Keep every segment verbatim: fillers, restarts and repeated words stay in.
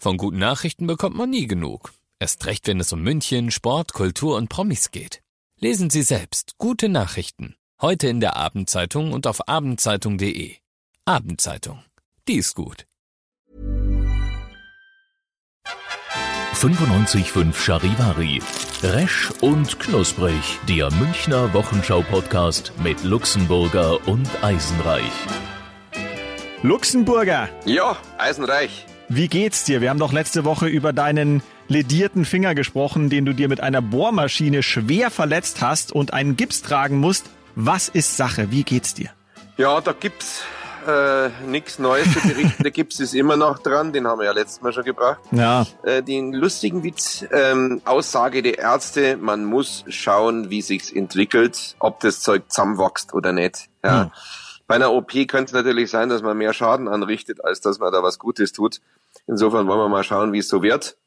Von guten Nachrichten bekommt man nie genug. Erst recht, wenn es um München, Sport, Kultur und Promis geht. Lesen Sie selbst gute Nachrichten. Heute in der Abendzeitung und auf abendzeitung punkt de. Abendzeitung. Die ist gut. fünfundneunzig Komma fünf Charivari. Resch und knusprig. Der Münchner Wochenschau-Podcast mit Luxemburger und Eisenreich. Luxemburger! Ja, Eisenreich. Wie geht's dir? Wir haben doch letzte Woche über deinen ledierten Finger gesprochen, den du dir mit einer Bohrmaschine schwer verletzt hast und einen Gips tragen musst. Was ist Sache? Wie geht's dir? Ja, da gibt's äh, nichts Neues zu berichten. Der Gips ist immer noch dran, den haben wir ja letztes Mal schon gebracht. Ja. Äh, den lustigen Witz, ähm, Aussage der Ärzte, man muss schauen, wie sich's entwickelt, ob das Zeug zusammenwächst oder nicht. Ja. Hm. Bei einer O P könnte es natürlich sein, dass man mehr Schaden anrichtet, als dass man da was Gutes tut. Insofern wollen wir mal schauen, wie es so wird.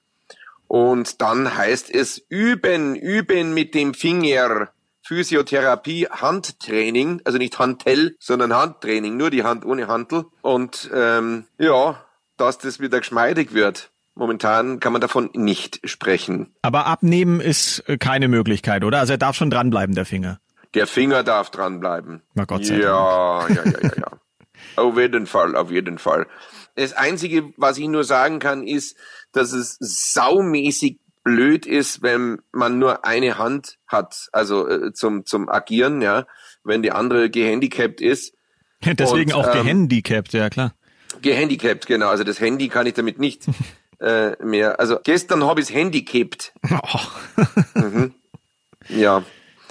Und dann heißt es üben, üben mit dem Finger. Physiotherapie, Handtraining, also nicht Handtell, sondern Handtraining, nur die Hand ohne Hantel. Und ähm, ja, dass das wieder geschmeidig wird. Momentan kann man davon nicht sprechen. Aber abnehmen ist keine Möglichkeit, oder? Also er darf schon dranbleiben, der Finger. Der Finger darf dranbleiben. Na Gott sei ja, Dank. Ja, ja, ja, ja. Auf jeden Fall, auf jeden Fall. Das Einzige, was ich nur sagen kann, ist, dass es saumäßig blöd ist, wenn man nur eine Hand hat, also äh, zum zum Agieren, ja, wenn die andere gehandicapt ist. Deswegen Und, auch ähm, gehandicapt, ja klar. Gehandicapt, genau. Also das Handy kann ich damit nicht äh, mehr. Also gestern habe ich das Handy gehabt. Oh. Mhm. Ja.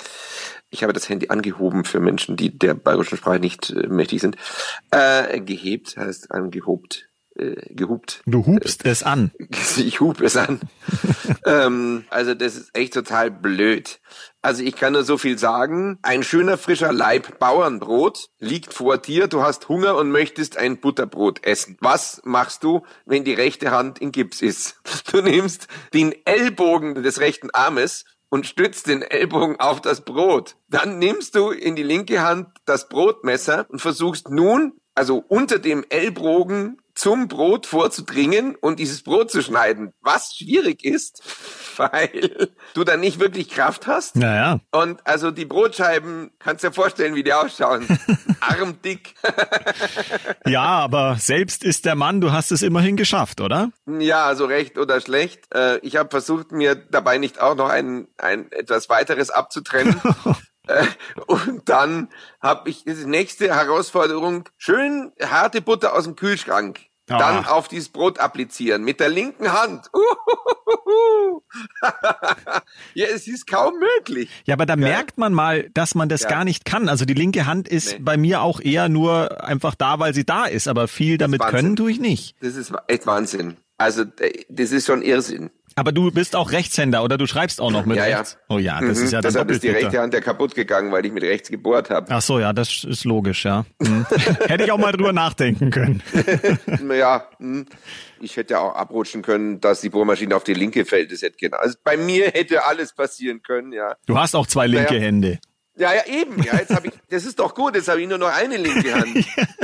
Ich habe das Handy angehoben für Menschen, die der bayerischen Sprache nicht äh, mächtig sind. Äh, gehebt heißt angehobt. Äh, gehupt. Du hubst äh, es an. Ich hub es an. ähm, also das ist echt total blöd. Also ich kann nur so viel sagen. Ein schöner frischer Laib Bauernbrot liegt vor dir. Du hast Hunger und möchtest ein Butterbrot essen. Was machst du, wenn die rechte Hand in Gips ist? Du nimmst den Ellbogen des rechten Armes und stützt den Ellbogen auf das Brot. Dann nimmst du in die linke Hand das Brotmesser und versuchst nun, also unter dem Ellbogen zum Brot vorzudringen und dieses Brot zu schneiden. Was schwierig ist, weil du dann nicht wirklich Kraft hast. Naja. Und also die Brotscheiben, kannst dir vorstellen, wie die ausschauen. Armdick. Ja, aber selbst ist der Mann, du hast es immerhin geschafft, oder? Ja, also recht oder schlecht. Ich habe versucht, mir dabei nicht auch noch ein, ein etwas weiteres abzutrennen. Und dann habe ich die nächste Herausforderung, schön harte Butter aus dem Kühlschrank. Ah. Dann auf dieses Brot applizieren mit der linken Hand. Ja, es ist kaum möglich. Ja, aber da ja. merkt man mal, dass man das ja. gar nicht kann. Also die linke Hand ist nee. bei mir auch eher nur einfach da, weil sie da ist. Aber viel damit können tue ich nicht. Das ist echt Wahnsinn. Also das ist schon Irrsinn. Aber du bist auch Rechtshänder oder du schreibst auch noch mit ja, rechts? Ja. Oh ja, das mhm. ist ja dann Deshalb ist die bitter. rechte Hand ja kaputt gegangen, weil ich mit rechts gebohrt habe. Ach so, ja, das ist logisch, ja. Mhm. Hätte ich auch mal drüber nachdenken können. Ja, ich hätte ja auch abrutschen können, dass die Bohrmaschine auf die linke fällt. Das hätte genau. Also bei mir hätte alles passieren können, ja. Du hast auch zwei linke naja. Hände. Ja, ja, eben. Ja, jetzt habe ich. Das ist doch gut. Jetzt habe ich nur noch eine linke Hand.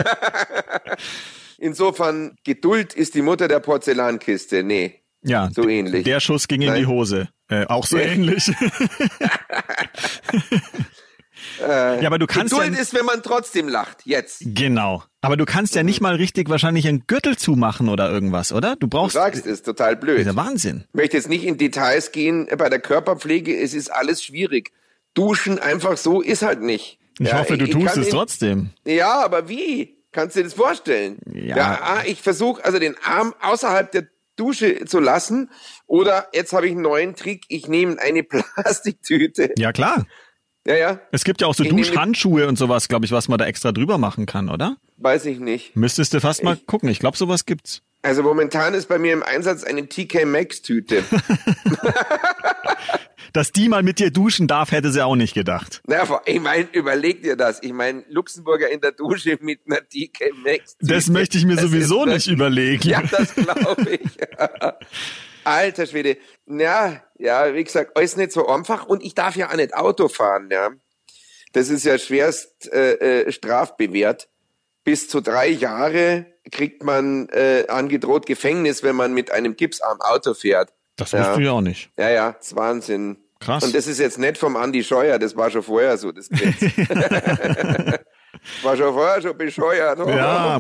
Insofern, Geduld ist die Mutter der Porzellankiste. Nee. Ja, so ähnlich. Der Schuss ging Nein. in die Hose. Äh, auch so ähnlich. äh, ja, aber du kannst Geduld ja, ist, wenn man trotzdem lacht. Jetzt. Genau. Aber du kannst ja nicht mal richtig wahrscheinlich einen Gürtel zumachen oder irgendwas, oder? Du brauchst. Du sagst es, total blöd. Das ist ja Wahnsinn. Ich möchte jetzt nicht in Details gehen bei der Körperpflege. Es ist alles schwierig. Duschen einfach so ist halt nicht. Ich ja, hoffe, du ich, tust ich es in, trotzdem. Ja, aber wie? Kannst du dir das vorstellen? Ja. ja ich versuche also den Arm außerhalb der Dusche zu lassen. Oder jetzt habe ich einen neuen Trick. Ich nehme eine Plastiktüte. Ja, klar. Ja, ja. Es gibt ja auch so ich Duschhandschuhe und sowas, glaube ich, was man da extra drüber machen kann, oder? Weiß ich nicht. Müsstest du fast ich, mal gucken. Ich glaube, sowas gibt's. Also momentan ist bei mir im Einsatz eine T K Maxx Tüte. Dass die mal mit dir duschen darf, hätte sie auch nicht gedacht. Na, ich meine, überleg dir das. Ich meine, Luxemburger in der Dusche mit einer T K Maxx Tüte. Das möchte ich mir das sowieso nicht überlegen. Ja, das glaube ich. Alter Schwede. Ja, ja, wie gesagt, alles nicht so einfach. Und ich darf ja auch nicht Auto fahren, ja. Das ist ja schwerst äh, äh, strafbewehrt. bis zu drei Jahre kriegt man äh, angedroht Gefängnis, wenn man mit einem Gipsarm Auto fährt. Das ja. wusste ich auch nicht. Ja, ja, das ist Wahnsinn. Krass. Und das ist jetzt nicht vom Andi Scheuer, das war schon vorher so, das Gesetz. War schon vorher schon bescheuert. Ja.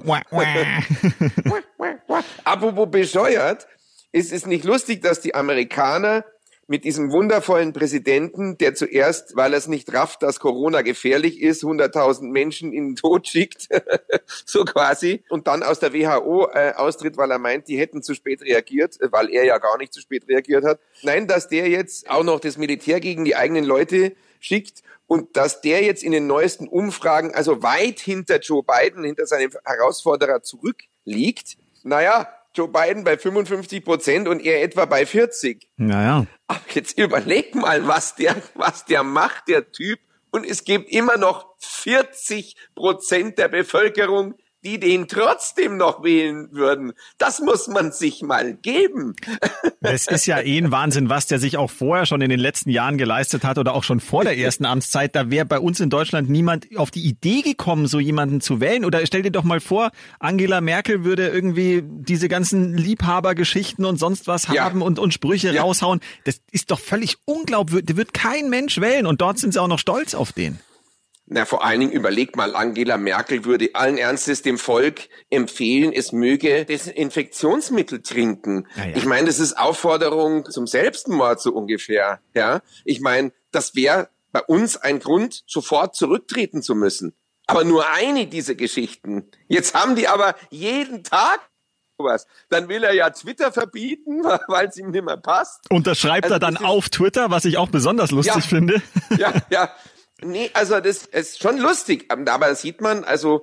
Apropos bescheuert, ist es nicht lustig, dass die Amerikaner mit diesem wundervollen Präsidenten, der zuerst, weil er es nicht rafft, dass Corona gefährlich ist, hunderttausend Menschen in den Tod schickt, so quasi, und dann aus der W H O äh, austritt, weil er meint, die hätten zu spät reagiert, weil er ja gar nicht zu spät reagiert hat. Nein, dass der jetzt auch noch das Militär gegen die eigenen Leute schickt und dass der jetzt in den neuesten Umfragen also weit hinter Joe Biden, hinter seinem Herausforderer zurückliegt. Naja, Joe Biden bei fünfundfünfzig Prozent und er etwa bei vierzig. Naja. Aber jetzt überleg mal, was der, was der macht, der Typ. Und es gibt immer noch vierzig Prozent der Bevölkerung, die den trotzdem noch wählen würden. Das muss man sich mal geben. Es ist ja eh ein Wahnsinn, was der sich auch vorher schon in den letzten Jahren geleistet hat oder auch schon vor der ersten Amtszeit. Da wäre bei uns in Deutschland niemand auf die Idee gekommen, so jemanden zu wählen. Oder stell dir doch mal vor, Angela Merkel würde irgendwie diese ganzen Liebhabergeschichten und sonst was Ja. haben und, und Sprüche Ja. raushauen. Das ist doch völlig unglaubwürdig. Da wird kein Mensch wählen und dort sind sie auch noch stolz auf den. Na, vor allen Dingen überleg mal, Angela Merkel würde allen Ernstes dem Volk empfehlen, es möge Desinfektionsmittel trinken. Ja, ja. Ich meine, das ist Aufforderung zum Selbstmord so ungefähr. Ja, ich meine, das wäre bei uns ein Grund, sofort zurücktreten zu müssen. Aber nur eine dieser Geschichten. Jetzt haben die aber jeden Tag was. Dann will er ja Twitter verbieten, weil es ihm nicht mehr passt. Und das schreibt Also er dann das ist- auf Twitter, was ich auch besonders lustig Ja. finde. Ja, ja. Nee, also das ist schon lustig, aber da sieht man, also,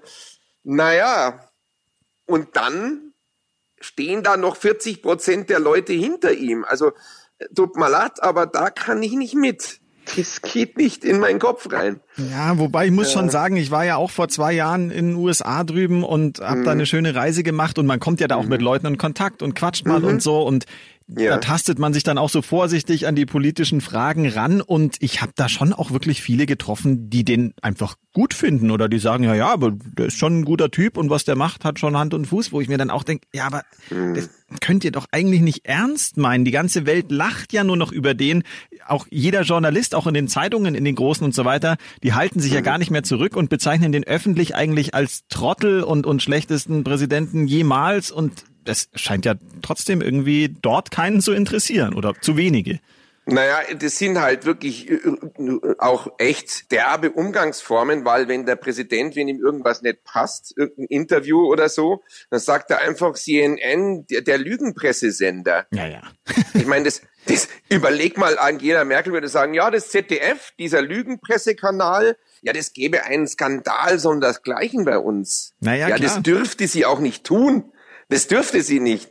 naja, und dann stehen da noch vierzig Prozent der Leute hinter ihm. Also, tut mir leid, aber da kann ich nicht mit. Das geht nicht in meinen Kopf rein. Ja, wobei ich muss schon sagen, ich war ja auch vor zwei Jahren in den U S A drüben und habe Mhm. da eine schöne Reise gemacht und man kommt ja da auch mit Leuten in Kontakt und quatscht mal und so und Ja. da tastet man sich dann auch so vorsichtig an die politischen Fragen ran und ich habe da schon auch wirklich viele getroffen, die den einfach gut finden oder die sagen, ja, ja, aber der ist schon ein guter Typ und was der macht, hat schon Hand und Fuß, wo ich mir dann auch denke, ja, aber das könnt ihr doch eigentlich nicht ernst meinen. Die ganze Welt lacht ja nur noch über den. Auch jeder Journalist, auch in den Zeitungen, in den Großen und so weiter, die halten sich ja gar nicht mehr zurück und bezeichnen den öffentlich eigentlich als Trottel und, und schlechtesten Präsidenten jemals und das scheint ja trotzdem irgendwie dort keinen zu interessieren oder zu wenige. Naja, das sind halt wirklich äh, auch echt derbe Umgangsformen, weil wenn der Präsident, wenn ihm irgendwas nicht passt, irgendein Interview oder so, dann sagt er einfach C N N, der, der Lügenpressesender. Ja, ja. Ich meine, das, das überleg mal, Angela Merkel würde sagen, ja, das Z D F, dieser Lügenpressekanal, ja, das gäbe einen Skandal sondersgleichen bei uns. Naja, ja, klar. das dürfte sie auch nicht tun. Das dürfte sie nicht.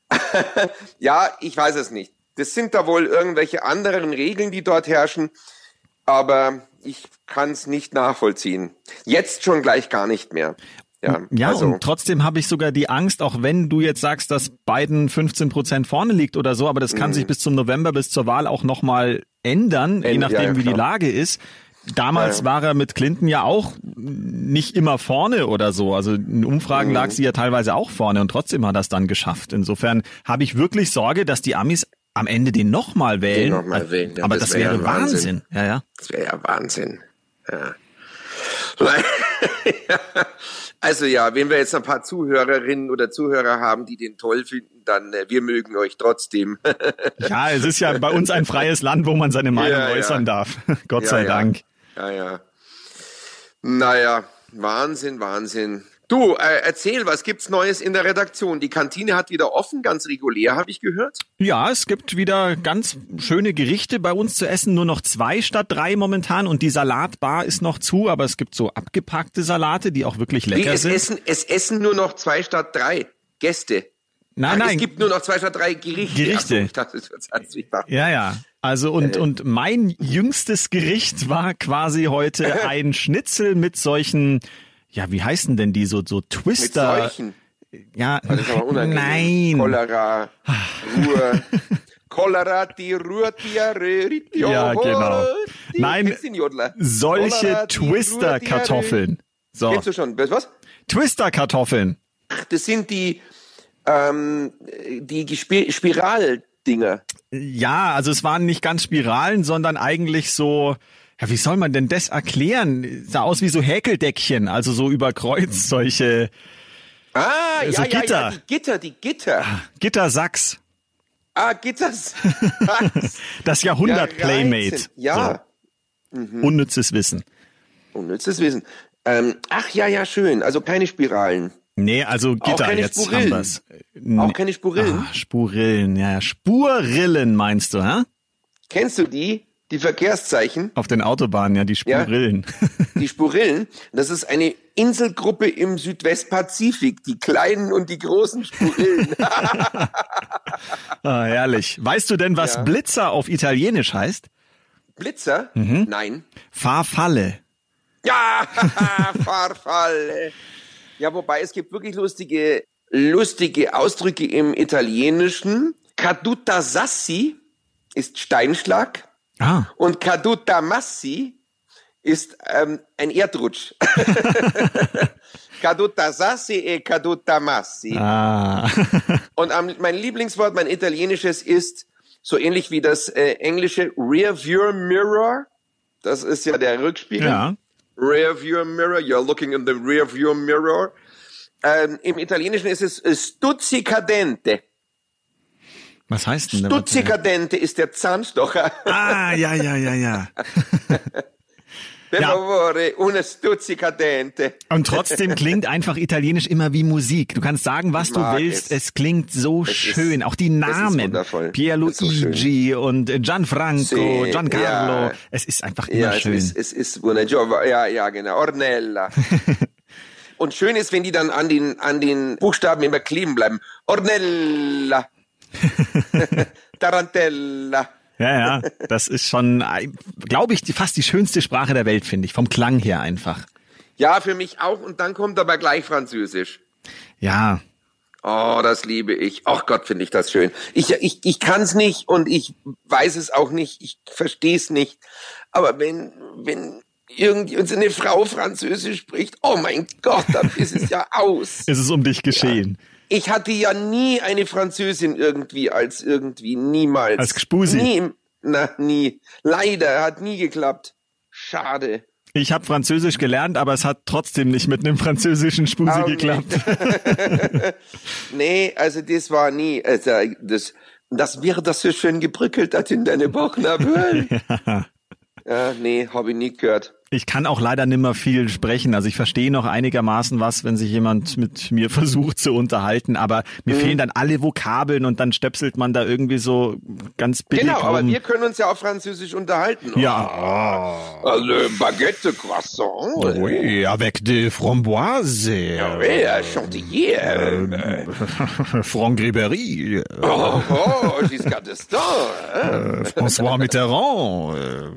Ja, ich weiß es nicht. Das sind da wohl irgendwelche anderen Regeln, die dort herrschen, aber ich kann es nicht nachvollziehen. Jetzt schon gleich gar nicht mehr. Ja, Ja, also, und trotzdem habe ich sogar die Angst, auch wenn du jetzt sagst, dass Biden fünfzehn Prozent vorne liegt oder so, aber das kann sich bis zum November, bis zur Wahl auch nochmal ändern, je Änd- nachdem, ja, ja, wie die klar. Lage ist. Damals Ja, ja. war er mit Clinton ja auch nicht immer vorne oder so. Also in Umfragen Mhm. lag sie ja teilweise auch vorne und trotzdem hat er es dann geschafft. Insofern habe ich wirklich Sorge, dass die Amis am Ende den nochmal wählen. noch mal wählen, ja, Aber das das, wär wäre ja Wahnsinn. Wahnsinn. Ja, ja. das wäre ja Wahnsinn. Ja. Also ja, wenn wir jetzt ein paar Zuhörerinnen oder Zuhörer haben, die den toll finden, dann äh, wir mögen euch trotzdem. Ja, es ist ja bei uns ein freies Land, wo man seine Meinung Ja, ja. äußern darf. Gott Ja, sei ja. Dank. Ja, ja. Naja, Wahnsinn, Wahnsinn. Du, äh, erzähl, was gibt's Neues in der Redaktion? Die Kantine hat wieder offen, ganz regulär, habe ich gehört. Ja, es gibt wieder ganz schöne Gerichte bei uns zu essen, nur noch zwei statt drei momentan und die Salatbar ist noch zu, aber es gibt so abgepackte Salate, die auch wirklich Wie, lecker es, sind. essen, es essen nur noch zwei statt drei Gäste. Nein, Ach, nein. Es gibt nur noch zwei statt drei Gerichte. Gerichte. Ach so, ich dachte, das wird's alles nicht machen. Ja, ja. Also und Äh. und mein jüngstes Gericht war quasi heute ein Schnitzel mit solchen, ja, wie heißen denn die so so Mit Twister? solchen. Ja, Das ist aber unangenehm. nein. Cholera, Ruhr. Cholera, die Ruhr, Diarrhoe, die Ja, genau. die- Nein, kennst du den Jodler? solche Cholera, die Ruhr, Twister-Kartoffeln. So. Kennst du schon? Was? Twister-Kartoffeln. Ach, das sind die, ähm, die Spir- Spiraldinger. Ja, also es waren nicht ganz Spiralen, sondern eigentlich so, ja, wie soll man denn das erklären? Sah aus wie so Häkeldeckchen, also so über Kreuz, solche Ah, so ja, ja, Gitter. ja, die Gitter, die Gitter. Gittersachs. Ah, Gitters. Das Jahrhundert-Playmate. Ja. So. Mhm. Unnützes Wissen. Unnützes Wissen. Ähm, ach ja, ja, schön. Also keine Spiralen. Nee, also Gitter, Auch keine jetzt Spurillen. haben wir's. Auch keine Spurillen. Ah, Spurillen, ja. Spurillen meinst du, hä? Kennst du die? Die Verkehrszeichen? Auf den Autobahnen, ja, die Spurillen. Ja, die Spurillen, das ist eine Inselgruppe im Südwestpazifik, die kleinen und die großen Spurillen. Ah, herrlich. Weißt du denn, was Ja. Blitzer auf Italienisch heißt? Blitzer? Mhm. Nein. Farfalle. Ja, Farfalle. Ja, wobei es gibt wirklich lustige, lustige Ausdrücke im Italienischen. Caduta Sassi ist Steinschlag. Ah. Und Caduta Massi ist ähm, ein Erdrutsch. Caduta Sassi e Caduta Massi. Ah. Und am, mein Lieblingswort, mein italienisches, ist so ähnlich wie das äh, englische Rear View Mirror. Das ist ja der Rückspiegel. Ja. Rear View Mirror, you're looking in the Rear View Mirror. Ähm, Im Italienischen ist es äh, Stuzzicadente. Was heißt denn? Stuzzicadente ist der Zahnstocher. Ah, ja, ja, ja, ja. Per Ja. favore, una stuzzicadente. Und trotzdem klingt einfach Italienisch immer wie Musik. Du kannst sagen, was Ich du mag willst. es. Es klingt so Es ist- schön. Auch die es ist Namen. wundervoll. Pierluigi Es ist und Gianfranco, Sì, Giancarlo. ja. Es ist einfach immer Ja, es schön. ist, es ist wunderbar. Ja, ja, genau. Ornella. Und schön ist, wenn die dann an den, an den Buchstaben immer kleben bleiben. Ornella. Tarantella. Ja, ja. Das ist schon, glaube ich, die, fast die schönste Sprache der Welt, finde ich. Vom Klang her einfach. Ja, für mich auch. Und dann kommt aber gleich Französisch. Ja. Oh, das liebe ich. Ach Gott, finde ich das schön. Ich, ich, ich kann es nicht und ich weiß es auch nicht. Ich verstehe es nicht. Aber wenn, wenn irgendeine Frau Französisch spricht, oh mein Gott, dann ist es ja aus. Ist es um dich geschehen. Ich hatte ja nie eine Französin irgendwie als irgendwie, niemals. Als Gspusi. Nie, na, nie. Leider, hat nie geklappt. Schade. Ich habe Französisch gelernt, aber es hat trotzdem nicht mit einem französischen Spusi Oh, geklappt. Nee, also das war nie, also das, das wäre das so schön gebrückelt hat in deine Bauchnabel. Ja. Ja, nee, habe ich nie gehört. Ich kann auch leider nimmer viel sprechen. Also ich verstehe noch einigermaßen was, wenn sich jemand mit mir versucht zu unterhalten, aber mir Mhm. fehlen dann alle Vokabeln und dann stöpselt man da irgendwie so ganz billig Genau, aber rum. wir können uns ja auf Französisch unterhalten. Ja. Also Baguette, Croissant. Oui, avec des framboises. Oui, Chantilly. Euh, Franck Ribéry. Oh, oh, Giscard d'Estaing. Euh, François Mitterrand. Euh,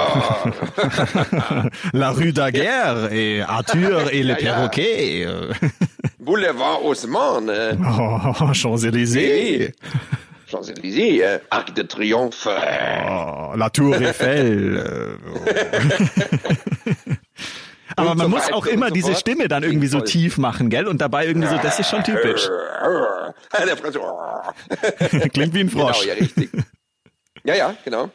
La rue Daguerre et Arthur et le Ja, ja. perroquet. euh, Boulevard Haussmann. äh, Oh, Champs-Élysées. Champs-Élysées, äh, Arc de Triomphe. äh. Oh, La Tour Eiffel. äh, Aber Und man so muss weiter auch und immer so diese fort. Stimme dann irgendwie so Toll. tief machen, gell? Und dabei irgendwie so, das ist schon typisch. Der Franz- Klingt wie ein Genau, Frosch. ja, richtig. Ja, ja, genau.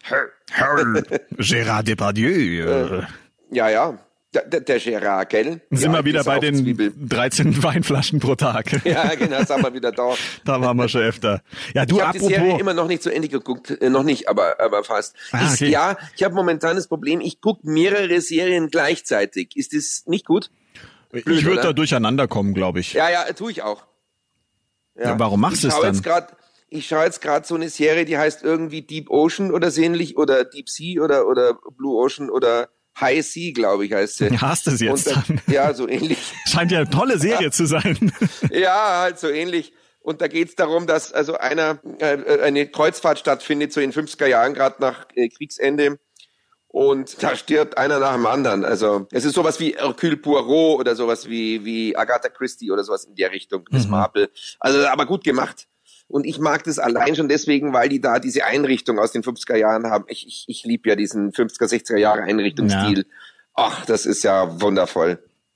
Gérard Depardieu. äh, Ja, ja. Der, der, der Gérard, gell? Sind ja, wir wieder ist bei auch den Zwiebel. dreizehn Weinflaschen pro Tag. Ja, genau, sind wir wieder da. Da waren wir schon öfter. Ja, du, Ich habe die Serie apropos. immer noch nicht zu Ende geguckt, äh, noch nicht, aber aber fast. Ah, ich, okay. Ja, ich habe momentan das Problem, ich gucke mehrere Serien gleichzeitig. Ist das nicht gut? Ich blöd, würde oder? da durcheinander kommen, glaube ich. Ja, ja, tue ich auch. Ja, warum machst ich du es schau dann? Jetzt grad, ich schaue jetzt gerade so eine Serie, die heißt irgendwie Deep Ocean oder so ähnlich oder Deep Sea oder oder Blue Ocean oder High Sea, glaube ich, heißt sie. Hast du es jetzt Und da, dann? ja, so ähnlich. Scheint ja eine tolle Serie zu sein. Ja, halt so ähnlich. Und da geht's darum, dass also einer äh, eine Kreuzfahrt stattfindet, so in fünfziger Jahren, gerade nach äh, Kriegsende. Und da stirbt einer nach dem anderen. Also es ist sowas wie Hercule Poirot oder sowas wie wie Agatha Christie oder sowas in der Richtung, Miss Marple. Also aber gut gemacht. Und ich mag das allein schon deswegen, weil die da diese Einrichtung aus den fünfziger Jahren haben. Ich, ich, ich liebe ja diesen fünfziger, sechziger Jahre Einrichtungsstil. Ach, das ist ja wundervoll. Toll.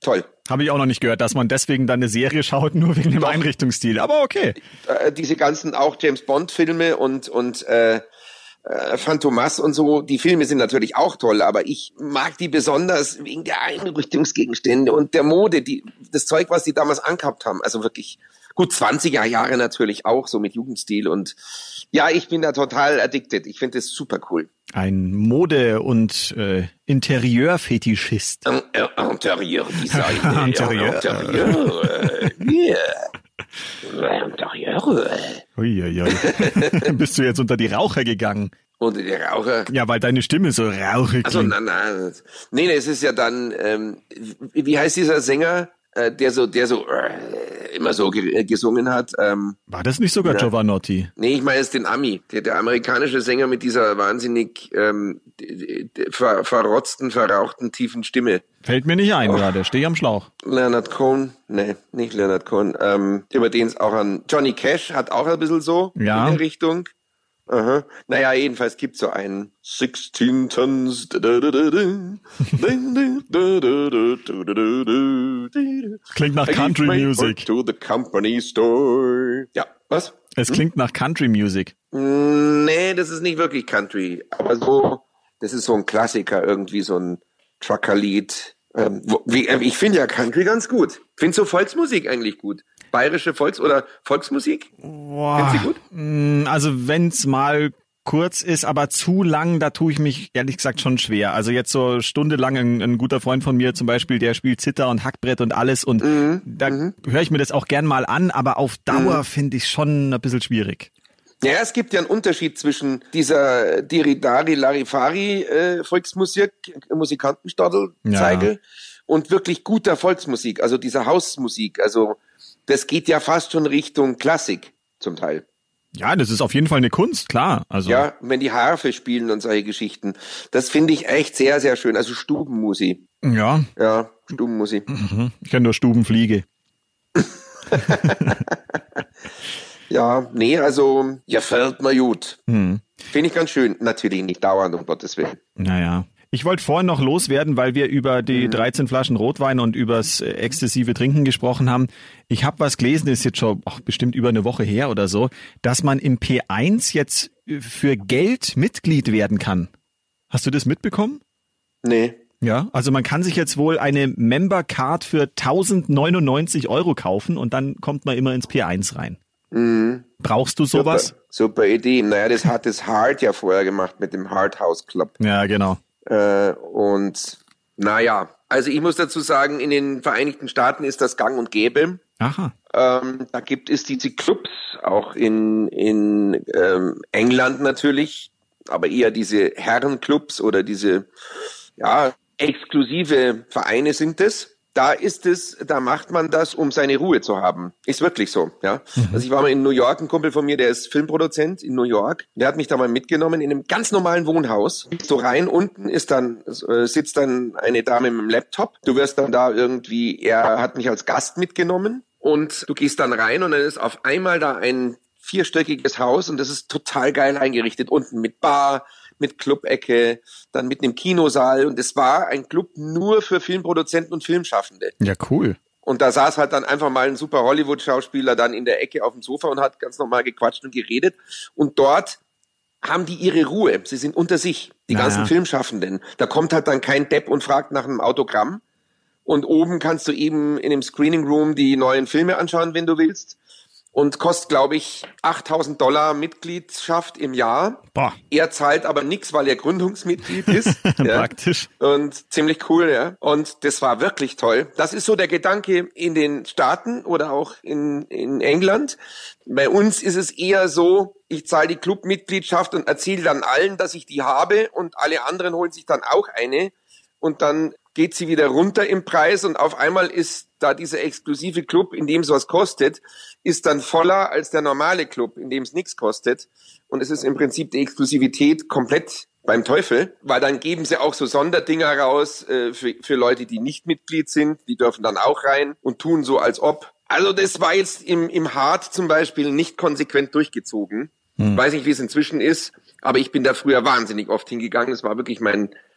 Habe ich auch noch nicht gehört, dass man deswegen dann eine Serie schaut, nur wegen dem Doch. Einrichtungsstil. Aber okay. Äh, diese ganzen auch James-Bond-Filme und und äh, äh, Phantomas und so, die Filme sind natürlich auch toll, aber ich mag die besonders wegen der Einrichtungsgegenstände und der Mode, die das Zeug, was die damals angehabt haben. Also wirklich gut zwanziger Jahre natürlich auch, so mit Jugendstil. Und ja, ich bin da total addicted. Ich finde das super cool. Ein Mode- und äh, Interieur-Fetischist. Äh, äh, Interieur-Design. Interieur. Interieur. Yeah. Interieur. Uiuiui. Bist du jetzt unter die Raucher gegangen? Unter die Raucher? Ja, weil deine Stimme so rauchig klingt. Also nein, nein. Nee, nee, es ist ja dann, ähm, wie heißt dieser Sänger, äh, der so, der so äh, immer so ge- gesungen hat? Ähm, War das nicht sogar ja. Giovanotti? Nee, ich meine jetzt den Ami, der, der amerikanische Sänger mit dieser wahnsinnig ähm, ver, verrotzten, verrauchten, tiefen Stimme. Fällt mir nicht ein, oh. gerade. Steh am Schlauch. Leonard Cohen? Nee, nicht Leonard Cohen. Ähm, über den es auch an Johnny Cash hat auch ein bisschen so ja. in der Richtung. Aha. Naja, jedenfalls gibt's so einen sixteen Tons. Klingt nach Country Music. To the company store. Ja, was? Es klingt hm? nach Country Music. Nee, das ist nicht wirklich Country. Aber so, das ist so ein Klassiker, irgendwie so ein Truckerlied. Ähm, wo, wie, äh, ich finde ja Country ganz gut. Finde so Volksmusik eigentlich gut. Bayerische Volks- oder Volksmusik? Boah. Findest du gut? Also wenn's mal kurz ist, aber zu lang, da tue ich mich ehrlich gesagt schon schwer. Also jetzt so stundenlang ein, ein guter Freund von mir zum Beispiel, der spielt Zither und Hackbrett und alles und mhm. da mhm. höre ich mir das auch gern mal an, aber auf Dauer mhm. finde ich schon ein bisschen schwierig. Ja, es gibt ja einen Unterschied zwischen dieser Diridari Larifari äh, Volksmusik, Musikantenstadel-Zeige ja. und wirklich guter Volksmusik, also dieser Hausmusik. Also das geht ja fast schon Richtung Klassik zum Teil. Ja, das ist auf jeden Fall eine Kunst, klar. Also ja, wenn die Harfe spielen und solche Geschichten, das finde ich echt sehr, sehr schön. Also Stubenmusik. Ja. Ja, Stubenmusik. Mhm. Ich kenne nur Stubenfliege. Ja, nee, also, ja, fällt mir gut. Hm. Finde ich ganz schön. Natürlich nicht dauernd, um Gottes Willen. Naja. Ich wollte vorhin noch loswerden, weil wir über die mhm. dreizehn Flaschen Rotwein und übers exzessive Trinken gesprochen haben. Ich habe was gelesen, ist jetzt schon ach, bestimmt über eine Woche her oder so, dass man im P eins jetzt für Geld Mitglied werden kann. Hast du das mitbekommen? Nee. Ja, also man kann sich jetzt wohl eine Member Card für tausendneunundneunzig Euro kaufen und dann kommt man immer ins P eins rein. Mhm. Brauchst du sowas? Super, super Idee. Naja, das hat das Hard ja vorher gemacht mit dem Hard House Club. Ja, genau. Äh, und naja, also ich muss dazu sagen, in den Vereinigten Staaten ist das gang und gäbe. Aha. Ähm, da gibt es diese Clubs, auch in, in ähm, England natürlich, aber eher diese Herrenclubs oder diese ja exklusive Vereine sind es. Da ist es, da macht man das, um seine Ruhe zu haben. Ist wirklich so, ja. Mhm. Also ich war mal in New York, ein Kumpel von mir, der ist Filmproduzent in New York. Der hat mich da mal mitgenommen in einem ganz normalen Wohnhaus. So rein, unten ist dann, äh, sitzt dann eine Dame mit dem Laptop. Du wirst dann da irgendwie, er hat mich als Gast mitgenommen und du gehst dann rein und dann ist auf einmal da ein vierstöckiges Haus und das ist total geil eingerichtet. Unten mit Bar, mit Clubecke, dann mit einem Kinosaal und es war ein Club nur für Filmproduzenten und Filmschaffende. Ja, cool. Und da saß halt dann einfach mal ein super Hollywood-Schauspieler dann in der Ecke auf dem Sofa und hat ganz normal gequatscht und geredet und dort haben die ihre Ruhe. Sie sind unter sich, die naja. ganzen Filmschaffenden. Da kommt halt dann kein Depp und fragt nach einem Autogramm und oben kannst du eben in dem Screening Room die neuen Filme anschauen, wenn du willst. Und kostet, glaube ich, achttausend Dollar Mitgliedschaft im Jahr. Boah. Er zahlt aber nichts, weil er Gründungsmitglied ist. ja. Praktisch. Und ziemlich cool, ja. Und das war wirklich toll. Das ist so der Gedanke in den Staaten oder auch in, in England. Bei uns ist es eher so, ich zahle die Clubmitgliedschaft und erzähle dann allen, dass ich die habe und alle anderen holen sich dann auch eine. Und dann geht sie wieder runter im Preis und auf einmal ist da dieser exklusive Club, in dem es was kostet, ist dann voller als der normale Club, in dem es nichts kostet. Und es ist im Prinzip die Exklusivität komplett beim Teufel, weil dann geben sie auch so Sonderdinger raus äh, für, für Leute, die nicht Mitglied sind. Die dürfen dann auch rein und tun so, als ob. Also das war jetzt im, im Hard zum Beispiel nicht konsequent durchgezogen. Hm. Weiß nicht, wie es inzwischen ist, aber ich bin da früher wahnsinnig oft hingegangen. Das war wirklich mein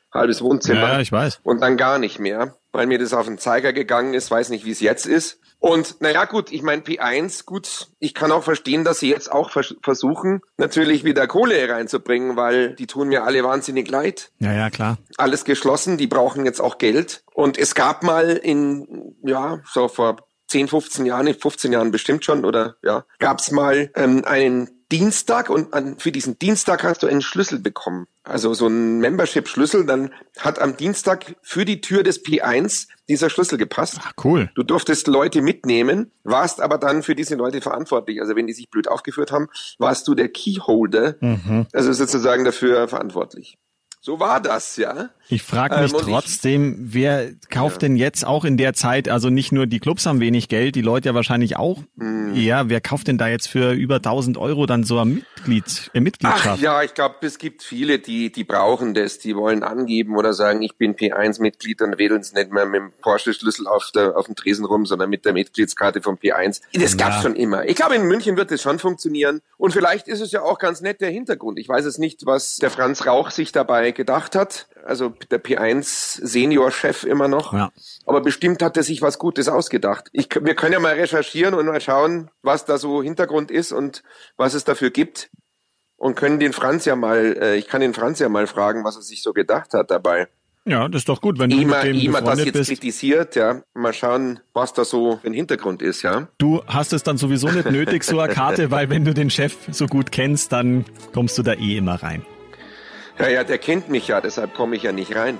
halbes Wohnzimmer. Ja, ich weiß. Und dann gar nicht mehr, weil mir das auf den Zeiger gegangen ist, weiß nicht, wie es jetzt ist. Und naja gut, ich meine P eins, gut, ich kann auch verstehen, dass sie jetzt auch vers- versuchen, natürlich wieder Kohle reinzubringen, weil die tun mir alle wahnsinnig leid. Ja, ja, klar. Alles geschlossen, die brauchen jetzt auch Geld. Und es gab mal in, ja, so vor zehn, fünfzehn Jahren, fünfzehn Jahren bestimmt schon, oder ja, gab's mal ähm, einen Dienstag und an, für diesen Dienstag hast du einen Schlüssel bekommen. Also so ein Membership-Schlüssel, dann hat am Dienstag für die Tür des P eins dieser Schlüssel gepasst. Ach, cool. Du durftest Leute mitnehmen, warst aber dann für diese Leute verantwortlich. Also wenn die sich blöd aufgeführt haben, warst du der Keyholder, mhm. also sozusagen dafür verantwortlich. So war das, ja. Ich frage mich ähm, trotzdem, ich, wer kauft ja. denn jetzt auch in der Zeit, also nicht nur die Clubs haben wenig Geld, die Leute ja wahrscheinlich auch hm. eher, wer kauft denn da jetzt für über tausend Euro dann so eine Mitglied, äh, Mitgliedschaft? Ach, ja, ich glaube, es gibt viele, die die brauchen das, die wollen angeben oder sagen, ich bin P eins Mitglied, dann wedeln sie nicht mehr mit dem Porsche-Schlüssel auf, der, auf dem Tresen rum, sondern mit der Mitgliedskarte vom P eins. Das gab's ja. schon immer. Ich glaube, in München wird das schon funktionieren und vielleicht ist es ja auch ganz nett der Hintergrund. Ich weiß es nicht, was der Franz Rauch sich dabei gedacht hat. Also der P eins Senior-Chef immer noch. Ja. Aber bestimmt hat er sich was Gutes ausgedacht. Ich, wir können ja mal recherchieren und mal schauen, was da so Hintergrund ist und was es dafür gibt. Und können den Franz ja mal, äh, ich kann den Franz ja mal fragen, was er sich so gedacht hat dabei. Ja, das ist doch gut, wenn du Ima, mit dem Ima das jetzt bist. kritisiert, ja. Mal schauen, was da so für ein Hintergrund ist, ja. Du hast es dann sowieso nicht nötig, so eine Karte, weil wenn du den Chef so gut kennst, dann kommst du da eh immer rein. Ja, ja, der kennt mich ja, deshalb komme ich ja nicht rein.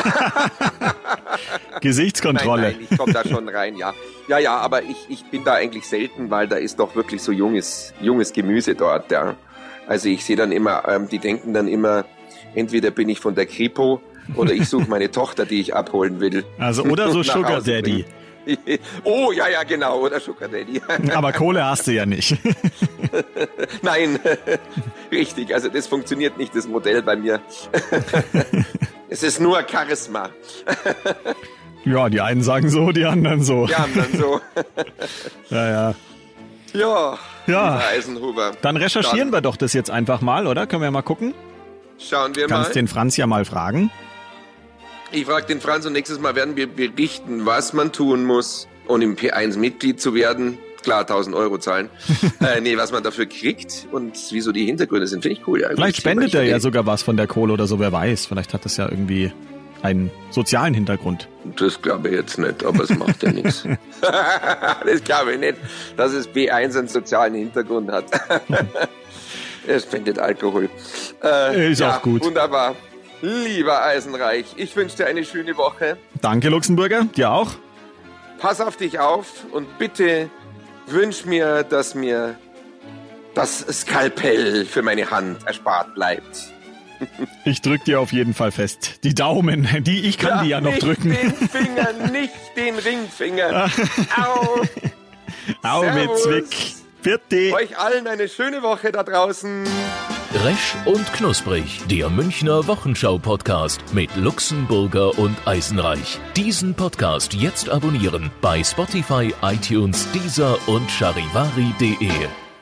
Gesichtskontrolle. Nein, nein, ich komme da schon rein, ja. Ja, ja, aber ich, ich bin da eigentlich selten, weil da ist doch wirklich so junges, junges Gemüse dort, ja. Also ich sehe dann immer, ähm, die denken dann immer, entweder bin ich von der Kripo oder ich suche meine Tochter, die ich abholen will. Also oder so Sugar Daddy. Oh, ja, ja, genau, oder Sugar Daddy. Aber Kohle hast du ja nicht. Nein, richtig, also das funktioniert nicht, das Modell bei mir. Es ist nur Charisma. Ja, die einen sagen so, die anderen so. Die anderen so. Ja, ja. Ja, ja. Eisenhuber. Dann recherchieren Dann. wir doch das jetzt einfach mal, oder? Können wir mal gucken? Schauen wir Kannst mal. Kannst den Franz ja mal fragen. Ich frage den Franz und nächstes Mal werden wir berichten, was man tun muss, um im P eins Mitglied zu werden. Klar, tausend Euro zahlen. äh, nee, was man dafür kriegt und wieso die Hintergründe sind, finde ich cool. Ja, vielleicht spendet er ja sogar was von der Kohle oder so, wer weiß. Vielleicht hat das ja irgendwie einen sozialen Hintergrund. Das glaube ich jetzt nicht, aber es macht ja nichts. Das glaube ich nicht, dass es P eins einen sozialen Hintergrund hat. Er spendet Alkohol. Äh, ist ja, auch gut. Wunderbar. Lieber Eisenreich, ich wünsche dir eine schöne Woche. Danke, Luxemburger. Dir auch. Pass auf dich auf und bitte wünsch mir, dass mir das Skalpell für meine Hand erspart bleibt. Ich drück dir auf jeden Fall fest. Die Daumen, die ich kann ja, die ja noch nicht drücken. Den Finger, nicht den Ringfinger. Au. Au mit Zwick. Vierte. Euch allen eine schöne Woche da draußen. Resch und Knusprig, der Münchner Wochenschau-Podcast mit Luxemburger und Eisenreich. Diesen Podcast jetzt abonnieren bei Spotify, iTunes, Deezer und charivari punkt de.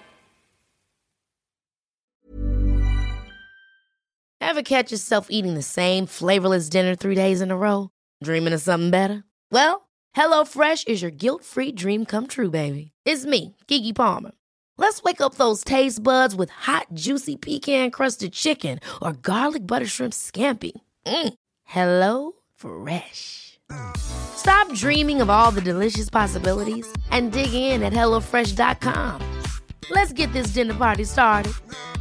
Ever catch yourself eating the same flavorless dinner three days in a row? Dreaming of something better? Well, HelloFresh is your guilt-free dream come true, baby. It's me, Keke Palmer. Let's wake up those taste buds with hot, juicy pecan-crusted chicken or garlic butter shrimp scampi. Mm. Hello Fresh. Stop dreaming of all the delicious possibilities and dig in at hello fresh dot com. Let's get this dinner party started.